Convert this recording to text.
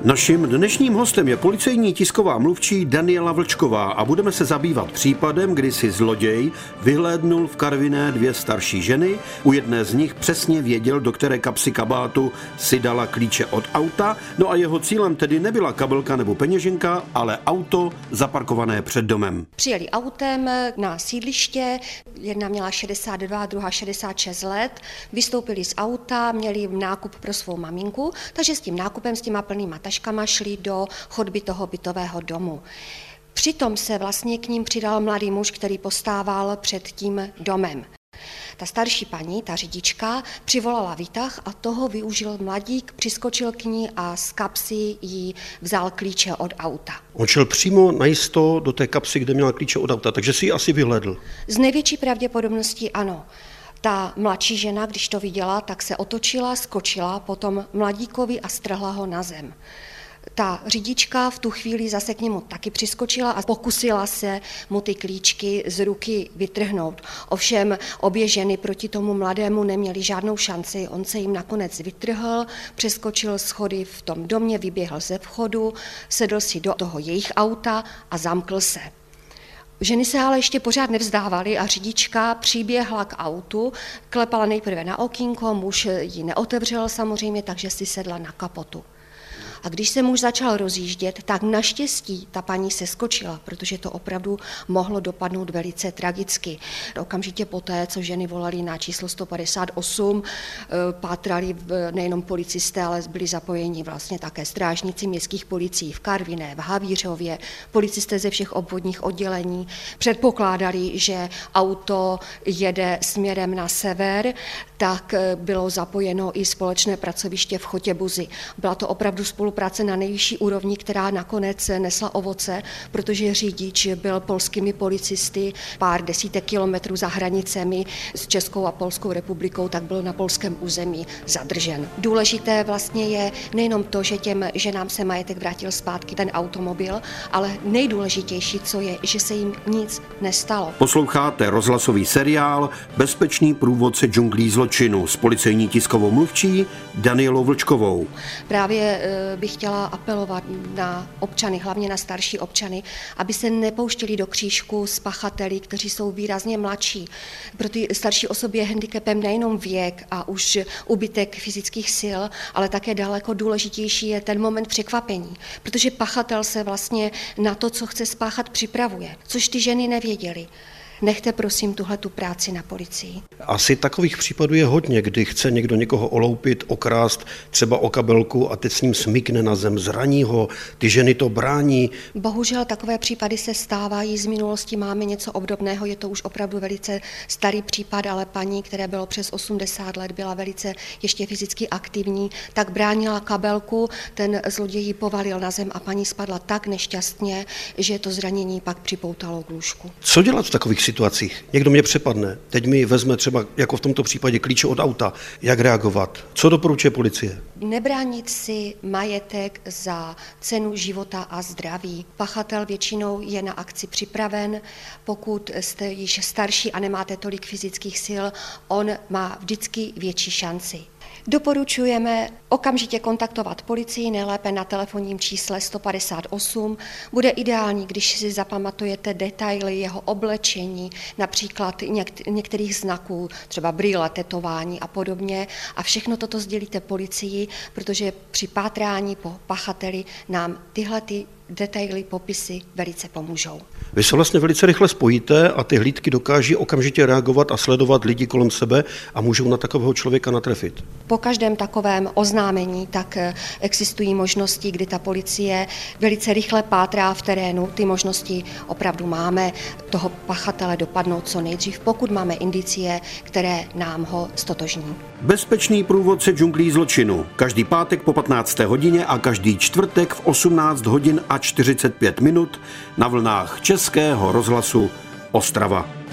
Naším dnešním hostem je policejní tisková mluvčí Daniela Vlčková a budeme se zabývat případem, kdy si zloděj vyhlédnul v Karviné dvě starší ženy. U jedné z nich přesně věděl, do které kapsy kabátu si dala klíče od auta, no a jeho cílem tedy nebyla kabelka nebo peněženka, ale auto zaparkované před domem. Přijeli autem na sídliště, jedna měla 62, druhá 66 let, vystoupili z auta, měli nákup pro svou maminku, takže s tím nákupem, s těma plnýma taškama šli do chodby toho bytového domu. Přitom se vlastně k ním přidal mladý muž, který postával před tím domem. Ta starší paní, ta řidička, přivolala výtah a toho využil mladík, přiskočil k ní a z kapsy jí vzal klíče od auta. On šel přímo najisto do té kapsy, kde měla klíče od auta, takže si ji asi vyhlédl. Z největší pravděpodobností ano. Ta mladší žena, když to viděla, tak se otočila, skočila potom mladíkovi a strhla ho na zem. Ta řidička v tu chvíli zase k němu taky přiskočila a pokusila se mu ty klíčky z ruky vytrhnout. Ovšem obě ženy proti tomu mladému neměly žádnou šanci. On se jim nakonec vytrhl, přeskočil schody v tom domě, vyběhl ze vchodu, sedl si do toho jejich auta a zamkl se. Ženy se ale ještě pořád nevzdávaly a řidička přiběhla k autu, klepala nejprve na okýnko, muž ji neotevřel samozřejmě, takže si sedla na kapotu. A když se muž začal rozjíždět, tak naštěstí ta paní se skočila, protože to opravdu mohlo dopadnout velice tragicky. Okamžitě poté, co ženy volali na číslo 158, pátrali nejenom policisté, ale byli zapojeni vlastně také strážníci městských policií v Karviné, v Havířově, policisté ze všech obvodních oddělení. Předpokládali, že auto jede směrem na sever, tak bylo zapojeno i společné pracoviště v Chotěbuzi. Byla to opravdu spolupráce na nejvyšší úrovni, která nakonec nesla ovoce, protože řidič byl polskými policisty pár desítek kilometrů za hranicemi s Českou a Polskou republikou, tak byl na polském území zadržen. Důležité vlastně je nejenom to, že těm ženám se majetek vrátil zpátky, ten automobil, ale nejdůležitější, co je, že se jim nic nestalo. Posloucháte rozhlasový seriál Bezpečný průvodce džunglí zločinu s policejní tiskovou mluvčí Danielou Vlčkovou. Právě bych chtěla apelovat na občany, hlavně na starší občany, aby se nepouštěli do křížku s pachateli, kteří jsou výrazně mladší. Pro ty starší osoby je handicapem nejenom věk a už úbytek fyzických sil, ale také daleko důležitější je ten moment překvapení, protože pachatel se vlastně na to, co chce spáchat, připravuje, což ty ženy nevěděly. Nechte prosím tuhletu práci na policii. Asi takových případů je hodně, kdy chce někdo někoho oloupit, okrást, třeba o kabelku a teď s ním smykne na zem, zraní ho, ty ženy to brání. Bohužel takové případy se stávají, z minulosti máme něco obdobného, je to už opravdu velice starý případ, ale paní, které bylo přes 80 let, byla velice ještě fyzicky aktivní, tak bránila kabelku, ten zloděj ji povalil na zem a paní spadla tak nešťastně, že to zranění pak připoutalo k lůžku. Co dělat v takových situacích? Někdo mě přepadne, teď mi vezme třeba jako v tomto případě klíče od auta. Jak reagovat? Co doporučuje policie? Nebránit si majetek za cenu života a zdraví. Pachatel většinou je na akci připraven. Pokud jste již starší a nemáte tolik fyzických sil, on má vždycky větší šanci. Doporučujeme okamžitě kontaktovat policii, nejlépe na telefonním čísle 158. Bude ideální, když si zapamatujete detaily jeho oblečení, například některých znaků, třeba brýle, tetování a podobně. A všechno toto sdělíte policii, protože při pátrání po pachateli nám tyhle detaily, popisy velice pomůžou. Vy se vlastně velice rychle spojíte a ty hlídky dokáží okamžitě reagovat a sledovat lidi kolem sebe a můžou na takového člověka natrefit. Po každém takovém oznámení tak existují možnosti, kdy ta policie velice rychle pátrá v terénu. Ty možnosti opravdu máme toho pachatele dopadnout co nejdřív, pokud máme indicie, které nám ho ztotožní. Bezpečný průvodce džunglí zločinu. Každý pátek po 15. hodině a každý čtvrtek v 18 hodin a 45 minut na vlnách Českého rozhlasu Ostrava.